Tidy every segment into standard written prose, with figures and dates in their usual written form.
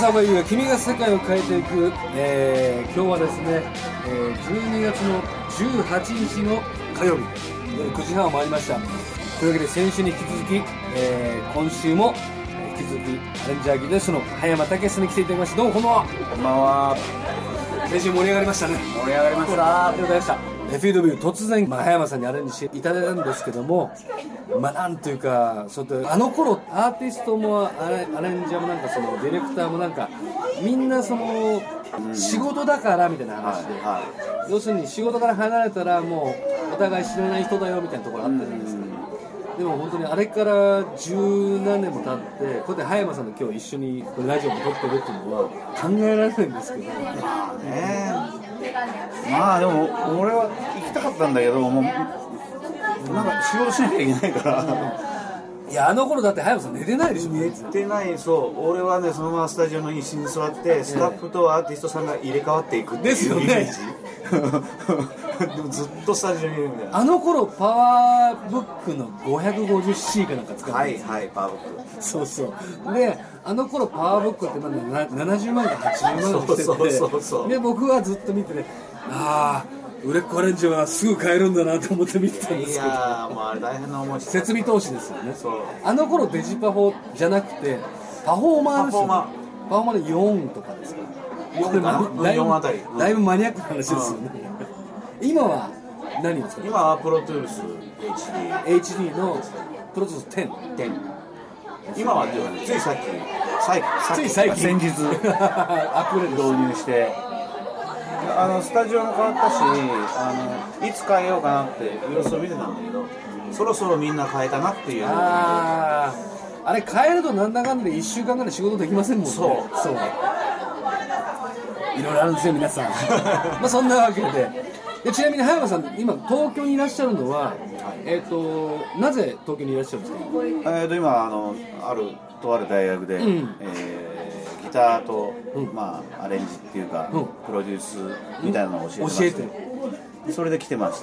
朝岡優が君が世界を変えていく、今日はですね、12月の18日の火曜日、9時半を回りました。というわけで先週に引き続き、今週も引き続きアレンジャーギタリストの葉山武史に来ていただきました。どうもこんばんは。 こんばんは。 先週盛り上がりましたね。 盛り上がりました。 ありがとうございました。フィードビュー突然、葉山さんにアレンジしていただいたんですけども、なんというか、あの頃アーティストもアレンジャーもなんかそのディレクターもなんかみんなその仕事だからみたいな話で、要するに仕事から離れたらもうお互い知らない人だよみたいなところあったじゃないですか。でも本当にあれから十何年も経ってこうやって葉山さんと今日一緒にこれラジオも撮ってるっていうのは考えられないんですけど、 まあでも俺は行きたかったんだけど、もうなんか仕事しなきゃいけないからいや、あの頃だって葉山さん寝てないでしょ。 寝てない。そう俺はね、そのままスタジオの椅子に座ってスタッフとアーティストさんが入れ替わっていくっていうイメージでもずっとスタジオにいるみたいな。 あの頃パワーブックの 550C かなんか使ってはいパワーブック。 そうで、あの頃パワーブックって70万か80万かしてて、で僕はずっと見てね、売れっ子アレンジはすぐ買えるんだなと思って見てたんですけど、 いやもうあれ大変な思いして設備投資ですよね。 そうあの頃デジパフォじゃなくてパフォーマーですよね。パフォーマーで4とかですか。 4あたり、 だいぶマニアックな話ですよね。今は何ですか。 今はプロトゥールス HD のプロトゥールス10。 今はっていうかね、つい最近先日アップグレード導入して、スタジオも変わったし、いつ変えようかなって様子を見てたんだけど、そろそろみんな変えたなっていう。 あれ変えるとなんだかんだで1週間ぐらい仕事できませんもんね。そういろいろあるんですよ皆さんそんなわけでちなみに葉山さん今東京にいらっしゃるのは、なぜ東京にいらっしゃるんですか。 今とある大学で、ギターと、アレンジっていうか、プロデュースみたいなのを教えてそれで来てまして、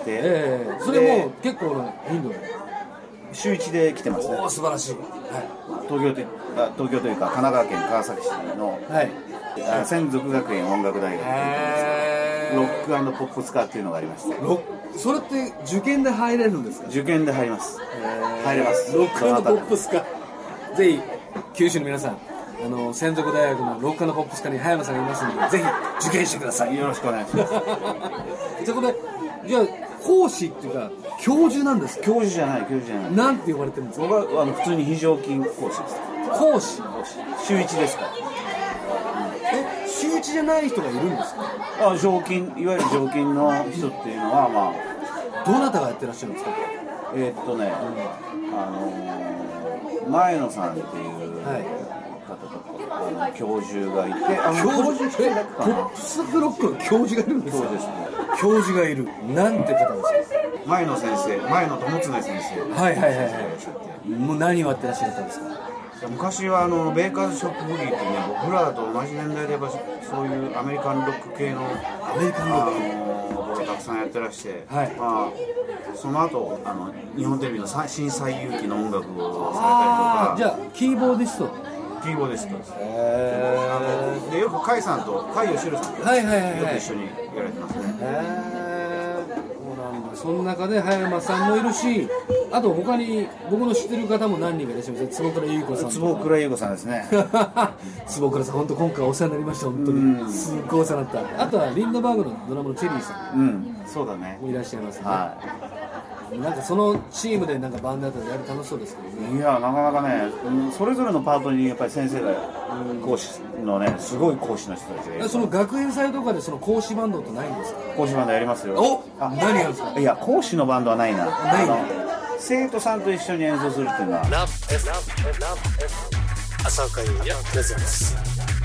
それも結構な頻度で週1で来てますね。 素晴らしい。 東京というか神奈川県川崎市の、専属学園音楽大学ロック&ポップス科っていうのがありまして、 それって受験で入れるんですか。 受験で入れます。入れます。 ロック&ポップス科、ぜひ九州の皆さん、専属大学のロック&ポップス科に葉山さんがいますので、ぜひ受験してください。 よろしくお願いしますということで、じゃあ講師っていうか教授なんですか。 教授じゃない。 なんて呼ばれてるんですか。 僕は普通に非常勤講師です。 講師週1ですか。 週1じゃない人がいるんですか。 いわゆる常勤の人っていうのはどなたがやってらっしゃるんですか。 前野さんっていう方と教授がいて、 教授ポップスロックの教授がいるんですか。 そうですね。 教授がいる。なんて方ですか。 前野先生、前野智常先生。 もう何をやってらっしゃったんですか。 昔はベーカーズショップブギーってね、僕らと同じ年代でやっぱそういうアメリカンロック系のたくさんやってらして、その後日本テレビの新西遊記の音楽をされたりとか。 じゃあキーボーディストですで、よく甲斐義郎さんとよく一緒にやられてますね。 その中で葉山さんもいるし、あと他に僕の知ってる方も何人かいらっしゃいます。坪倉優子さん。 坪倉優子さんですね。 坪倉さん、本当今回お世話になりました。本当にすっごいお世話になった。あとはリンドバーグのドラムのチェリーさん、 そうだね、 もいらっしゃいますね。なんかそのチームでなんかバンドやったらやる楽しそうですけどね。 いや、なかなかね、それぞれのパートにやっぱり先生が講師のね、すごい講師の人たちがいる。 その学園祭とかでその講師バンドってないんですか。 講師バンドやりますよ。 何やるんですか。 いや、講師のバンドはないな。生徒さんと一緒に演奏するっていうのは。 朝岡優也プレゼンツ。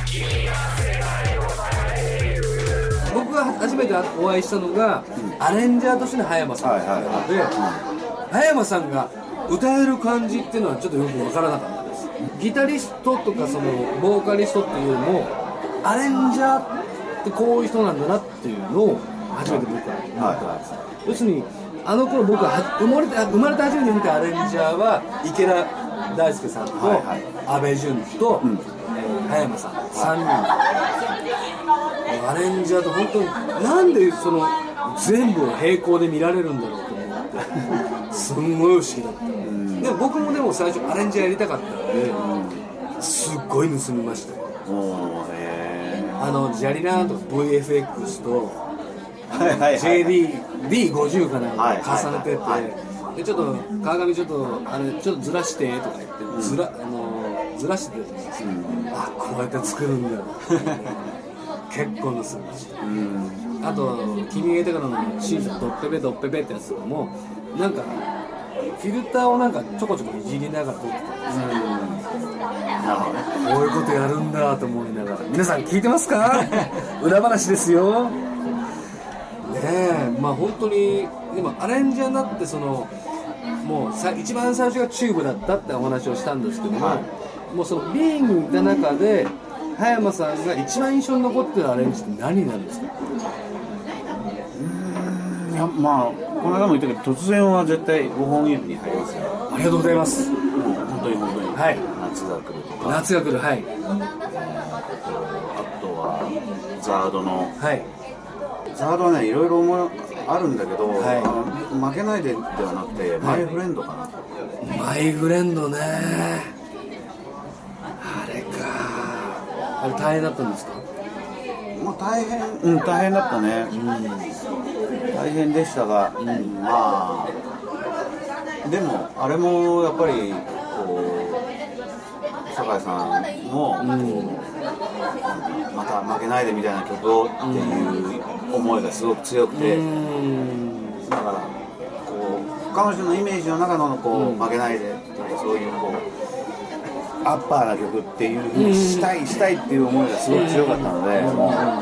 僕が初めてお会いしたのが、アレンジャーとしての葉山さんなので、葉山さんが歌える感じっていうのはちょっとよく分からなかったです。ギタリストとかそのボーカリストっていうよりもアレンジャーってこういう人なんだなっていうのを初めて僕は思ったんです。要するにあの頃僕は生まれて初めて見たアレンジャーは池田大輔さんと阿部淳と、 葉山さん、3人アレンジャーと本当になんでその全部を並行で見られるんだろうと思ってすんごい不思議だった。でも僕もでも最初アレンジャーやりたかったので、すっごい盗みましたよ。ジャリランド VFX と JD-D50 かなんか重ねてて、でちょっと川上ちょっとちょっとずらしてとか言ってずらしてたじゃないですか。あ、こうやって作るんだよ結構盗みました。あと君がいたからのシーズンドッペベドッペベってやつとかもなんかフィルターをなんかちょこちょこいじりながら撮ってたんですよ。こういうことやるんだと思いながら、皆さん聞いてますか裏話ですよね。え、まあ本当に今アレンジャーになってもう一番最初がチューブだったってお話をしたんですけども、もうそのビーイングにいた中で葉山さんが一番印象に残ってるアレンジって何になるんですか？ いや、まあこの間も言ったけど突然は絶対5本指に入りますよ。 ありがとうございます。 本当に、 はい、 夏が来るとか、 夏が来る、はい、 あとはザードの、 はい、 ザードはね、いろいろあるんだけど、 はい、 負けないでではなくて、マイフレンドかな。 マイフレンドね、あれか、あれ大変だったんですか？ まあ大変だったね、大変でしたが、まあでもあれもやっぱりこう酒井さんも、また負けないでみたいな曲をっていう思いがすごく強くて、だからこう彼女のイメージの中のこう、負けないでっていうそういうこうアッパーな曲っていう風にしたいっていう思いがすごく強かったので、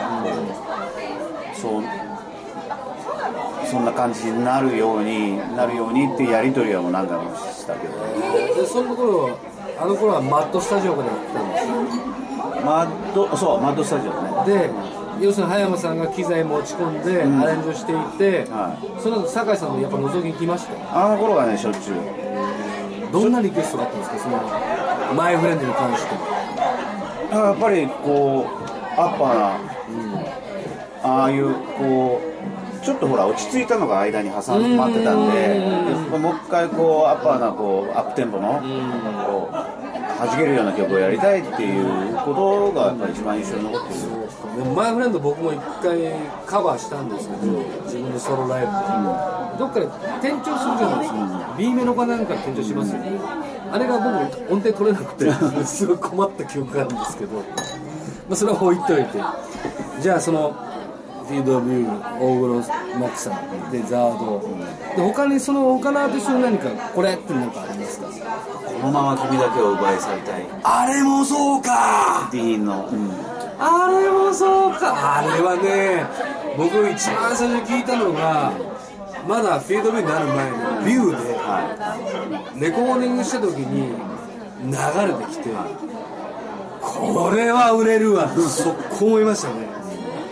そんな感じになるようにっていうやり取りはもう何回もしたけど、 でその頃あの頃はマッドスタジオからやってたんですよ。マッドスタジオね。で要するに葉山さんが機材持ち込んでアレンジをしていて、その後酒井さんもやっぱ覗きに来ましたよ。 あの頃はね、しょっちゅう。 どんなリクエストがあったんですか、そのマイフレンドに関して。 やっぱりこうアッパーな、ああいうこうちょっとほら落ち着いたのが間に挟まってたんで、もう一回こうアッパーなこうアップテンポのこう弾けるような曲をやりたいっていうことがやっぱり一番印象に残ってる。 でもマイフレンド僕も一回カバーしたんですけど、自分のソロライブで、どっかで転調するじゃないですか、B メロかなんか転調しますよね。あれが僕音程取れなくてすごい困った記憶があるんですけど、それは置いといて、じゃあそのTW、大黒摩季さんでザードで、他にその他のアーティストに何かこれって何かありますか？ このまま君だけを奪い去りたい。 あれもそうか。 ディーンの、 あれもそうか。あれはね、僕一番最初に聞いたのがまだフィードビューになる前のビューで、レコーディングした時に流れてきて、これは売れるわと思いましたね。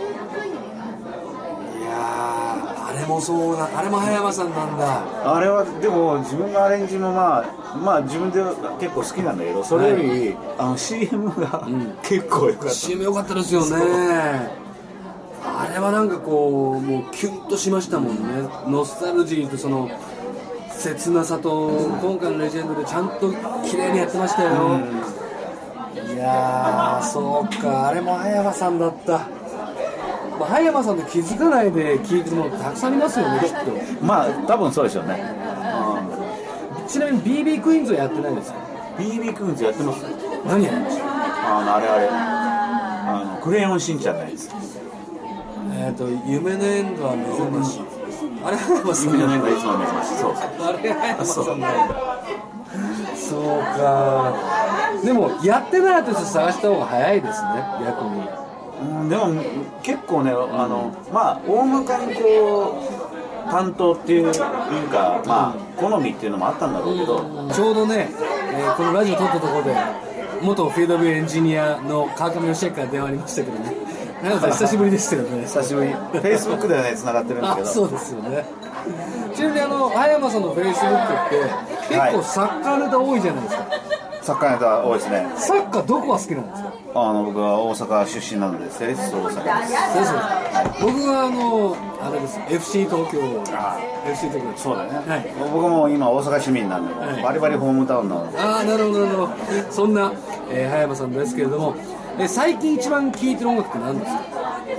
あれもそうな、あれも葉山さんなんだ。あれはでも自分のアレンジもまあ自分で結構好きなんだけど、それより、CM が、結構良かった。 CM 良かったですよね。あれはなんかこうもうキュンとしましたもんね。ノスタルジーとその切なさと、今回のレジェンドでちゃんと綺麗にやってましたよ。いやー、そうか、あれも葉山さんだった。葉山さんで気づかないで聴いてるものたくさんありますよね、きっと。 まあ多分そうでしょうね。 ちなみに BB クイーンズはやってないですか？ BB クイーンズやってます。 何やりました？ あれクレヨンしんちゃんのやつ。 夢のエンドは目覚まし。あれ葉山さん。 夢のエンドはいつも目覚まし。そう。 あれ葉山さんなんだ。そうか。でもやってないアーティスト探した方が早いですね、逆に。 でも結構ね、まあ大まかにこう担当っていうか、まあ好みっていうのもあったんだろうけど、 ちょうどね、このラジオ撮ったところで元フィードビューエンジニアの川上義明から電話ありましたけどね。なんか久しぶりでしたよね。 久しぶり。Facebook ではね繋がってるんだけど。 そうですよね。ちなみに葉山さんの Facebook って結構サッカーネタ多いじゃないですか。 サッカーネタ多いですね。 サッカーどこが好きなんですか？ 僕は大阪出身なのでセレッソ大阪です。 そうです、僕はあれです FC 東京 FC 東京。 そうだね、 はい、 僕も今大阪市民なんで、はい、バリバリホームタウンなので。 なるほどなるほど。そんな、葉山さんですけれども、最近一番聴いてる音楽って何ですか？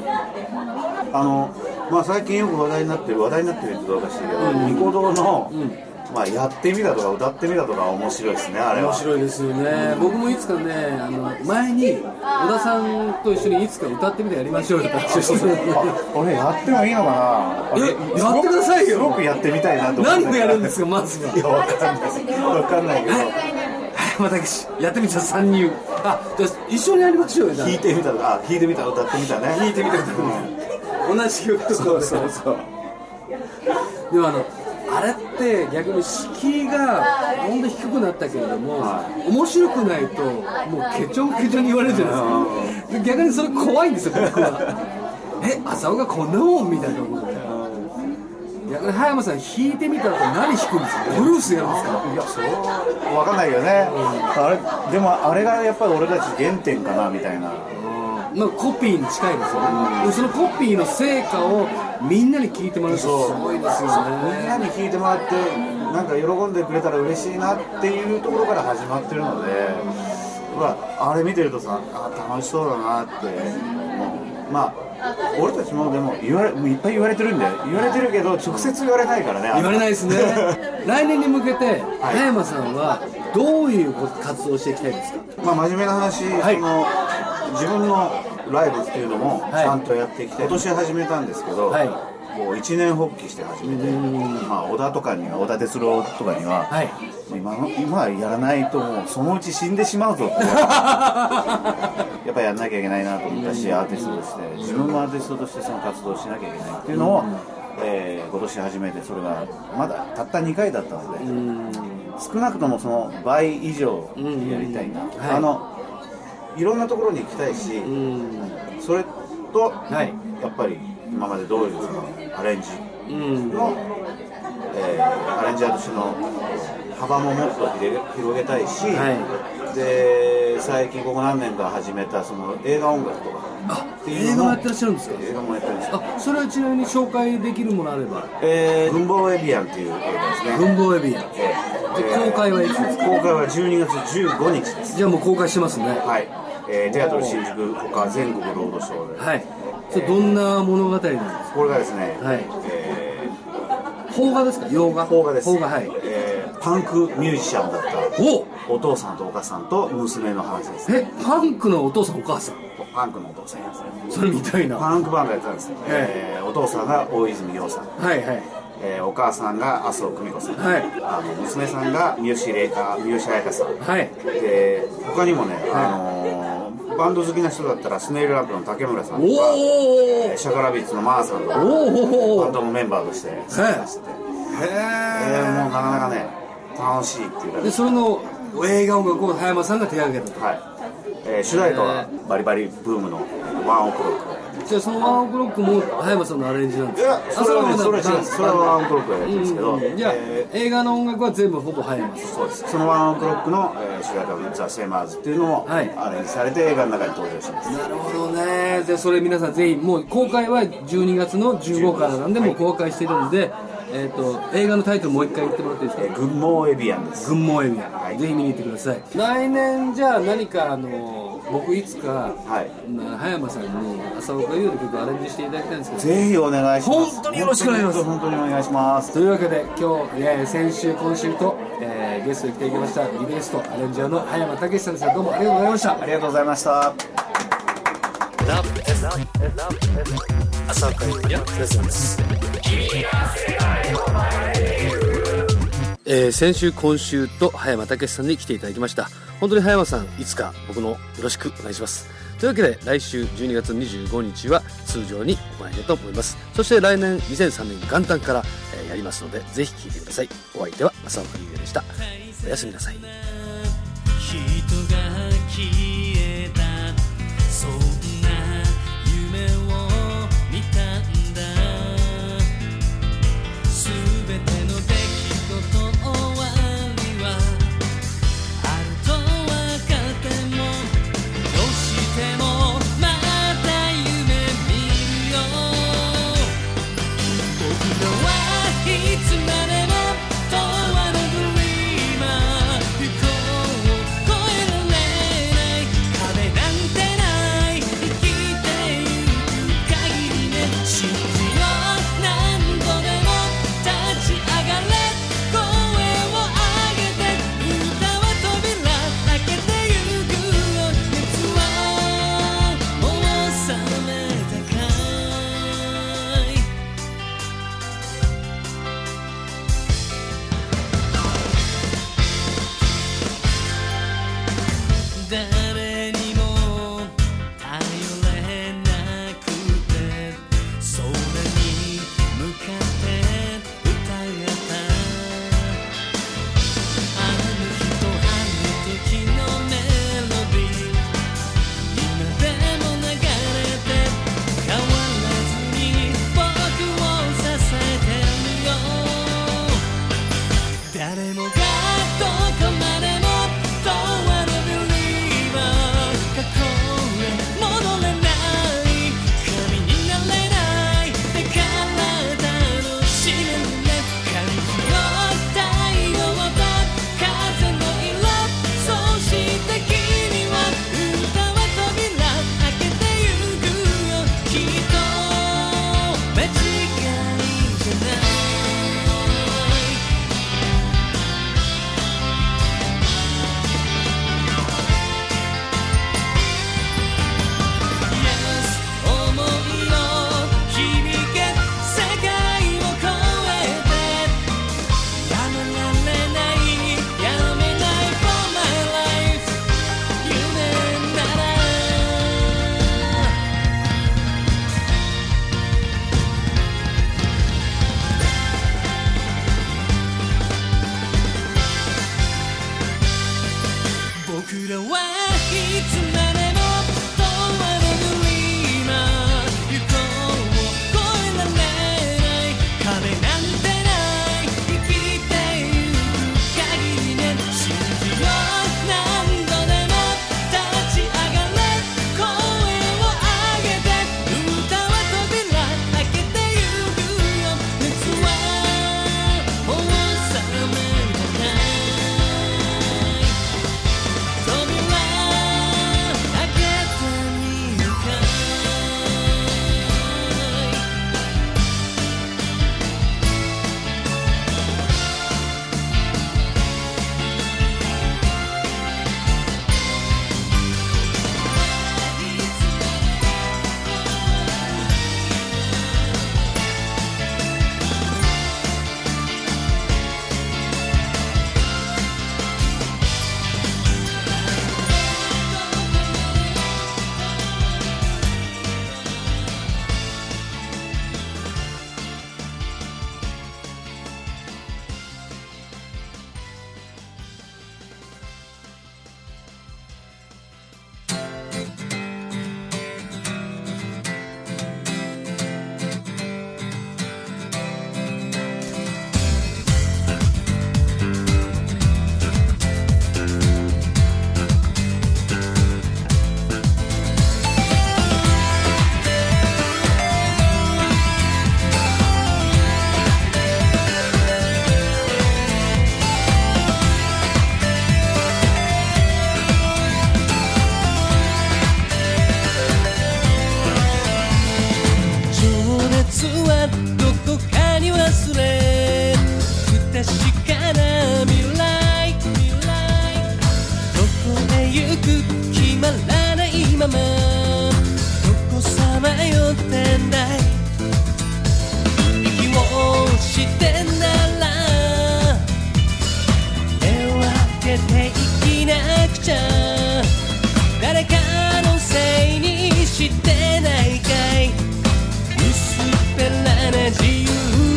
最近よく話題になってるってどうかしらけど、ニコ動の、やってみたとか歌ってみたとか面白いですね。あれは面白いですよね、僕もいつかね前に小田さんと一緒にいつか歌ってみてやりましょうよって話をして俺やってもいいのかな。 やってくださいよ。 すごくやってみたいなと思って。 何をやるんですかまずは。 いやわかんないけど私やってみた参入。じゃあ一緒にやりましょうよ。 弾いてみた歌ってみたね。 弾いてみた歌ってみた、同じ曲とか。そうでもあれって逆に敷居が本当に低くなったけれども、面白くないともうケチョンケチョンに言われるじゃないですか。逆にそれ怖いんですよ僕は。浅尾がこんなもんみたいなことで。逆に葉山さん弾いてみたら何弾くんですか？ブルースやるんですか？ いやそう分かんないよね、でもあれがやっぱり俺たち原点かなみたいな。 コピーに近いですよね、そのコピーの成果をみんなに聞いてもらうとすごいですよね。 みんなに聞いてもらってなんか喜んでくれたら嬉しいなっていうところから始まってるので、あれ見てるとさ楽しそうだなって。俺たちもでもいっぱい言われてるんで言われてるけど直接言われないからね。 言われないですね。来年に向けて葉山さんはどういう活動をしていきたいですか？ 真面目な話、自分のライブっていうのもちゃんとやっていきたい、今年始めたんですけど、こう一年発起して始めて、小田哲郎とかには、今やらないともうそのうち死んでしまうぞってやっぱりやんなきゃいけないなと思ったし、アーティストとして自分もアーティストとしてその活動をしなきゃいけないっていうのを、今年始めて、それがまだたった2回だったので、少なくともその倍以上やりたいな、いろんなところに行きたいし、それと、やっぱり今まで通りそのアレンジの、アレンジャーとしての幅ももっと広げたいし、で最近ここ何年か始めたその映画音楽とかっていうのも。映画もやってらっしゃるんですか？映画もやってるんですよ。 それはちなみに紹介できるものあれば。 軍法エビアンっていう映画ですね。 軍法エビアン、公開はいつですか？ 公開は12月15日です。 じゃあもう公開してますね。 テアトル新宿他全国ロードショーで。 それどんな物語なんですか？ これがですね、 邦画ですか？洋画？ 邦画です。 邦画、 パンクミュージシャンだったお父さんとお母さんと娘の話です。 パンクのお父さんお母さん？ パンクのお父さんやつね。 それみたいな。 パンクバンドやってたんですよ。お父さんが大泉洋さん。お母さんが麻生久美子さん、娘さんが三好彩花さん、で他にもね、バンド好きな人だったらスネイルランプの竹村さんとか、シャカラビッツのマーさんとか、バンドのメンバーとして参加してて、もうなかなかね楽しいっていうか、 でそれの映画音楽を葉山さんが手掛けたと。 主題歌はバリバリブームのワンオクロック。 じゃあそのワンオクロックも葉山さんのアレンジなんですか？ いや、それはワンオクロックがやってるんですけど、 じゃあ映画の音楽は全部ほぼ葉山さん。 そうです。そのワンオクロックの主題歌のザ・セイマーズっていうのもアレンジされて映画の中に登場します。 なるほどね。でそれ皆さんぜひ、もう公開は12月の15からなんでもう公開してるんで、映画のタイトルもう一回言ってもらっていいですか？ 軍法エビアンです。 軍法エビアン、ぜひ見に行ってください。来年じゃあ何か僕いつか葉山さんに浅岡優の曲をアレンジしていただきたいんですけど、 ぜひお願いします。 本当によろしくお願いします。 本当にお願いします。 というわけで今日、先週今週と、ゲストに来ていただきましたリベーストアレンジャーの葉山武さんでした。どうもありがとうございました。 ありがとうございました。 浅岡優也プレゼンツ。先週今週と葉山武さんに来ていただきました。本当に葉山さんいつか僕のよろしくお願いします。というわけで来週12月25日は通常に行いたいと思います。そして来年2003年元旦から、やりますのでぜひ聴いてください。お相手は浅岡優也でした。おやすみなさい。人が消えたそんな夢を見たんだ。すべての出来事終わりはあると分かってもどうして誰にも頼れなくて空に向かって歌ったあの日とあの時のメロディー今でも流れて変わらずに僕を支えてるよ誰もがどこまでもDon't wanna believe 過去へ戻れない神になれないだから楽しめるね感じよ太陽と風の色そして君は歌は扉開けてゆくよきっと間違いじゃない僕らはいつまでも永遠の今行こう越えられない壁なんてない生きてゆく限りね信じよう何度でも立ち上がれ声を上げて歌は扉開けてゆくよ熱はもう冷めたかどこかに忘れ不確かな未来どこへ行く決まらないままどこさまよってない息をしてなら手を開けて生きなくちゃ誰かのせいにしてないかい薄っぺらな自由を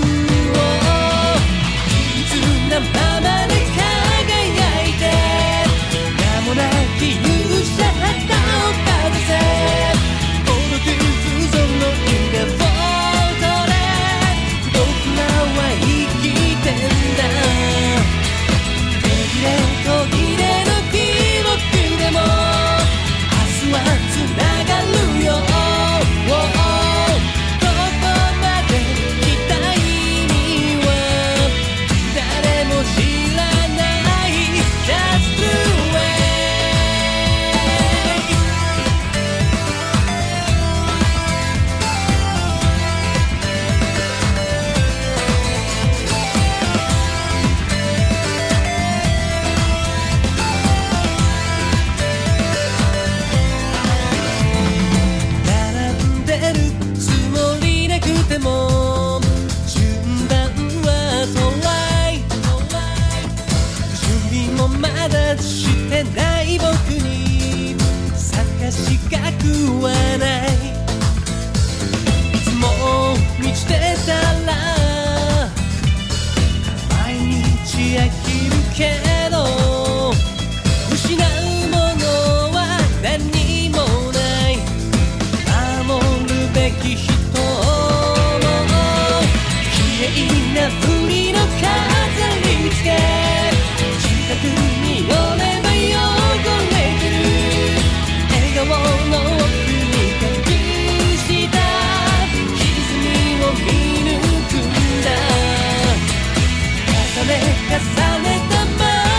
傷なままで輝いて名もなき勇者旗をかぶせ孤独不存の稲穂で僕らは生きてんだ途切れの記憶けど失うものは何もない守るべき人も綺麗なふりの飾り付け近くに寄れば汚れてる笑顔の奥に隠した歪みを見抜くんだ重ね重ねたま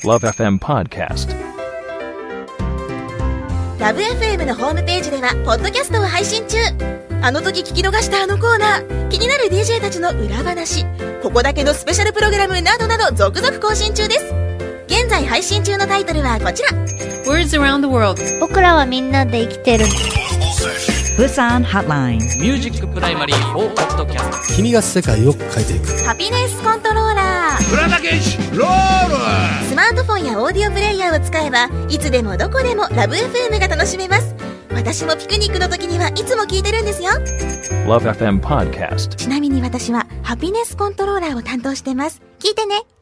Love FM Podcast。 ラブ FM のホームページではポッドキャストを配信中。あの時聞き逃したあのコーナー、気になる DJ たちの裏話、ここだけのスペシャルプログラムなどなど続々更新中です。現在配信中のタイトルはこちら。 Words around the world。 僕らはみんなで生きてる。 ブサンハッライン。 ミュージックプライマリー4ポッドキャスト。 君が世界を変えていく。 ハピネスコントローラー。スマートフォンやオーディオプレイヤーを使えばいつでもどこでもラブ FM が楽しめます。私もピクニックの時にはいつも聞いてるんですよ。 Love FM Podcast。 ちなみに私はハピネスコントローラーを担当してます。聞いてね。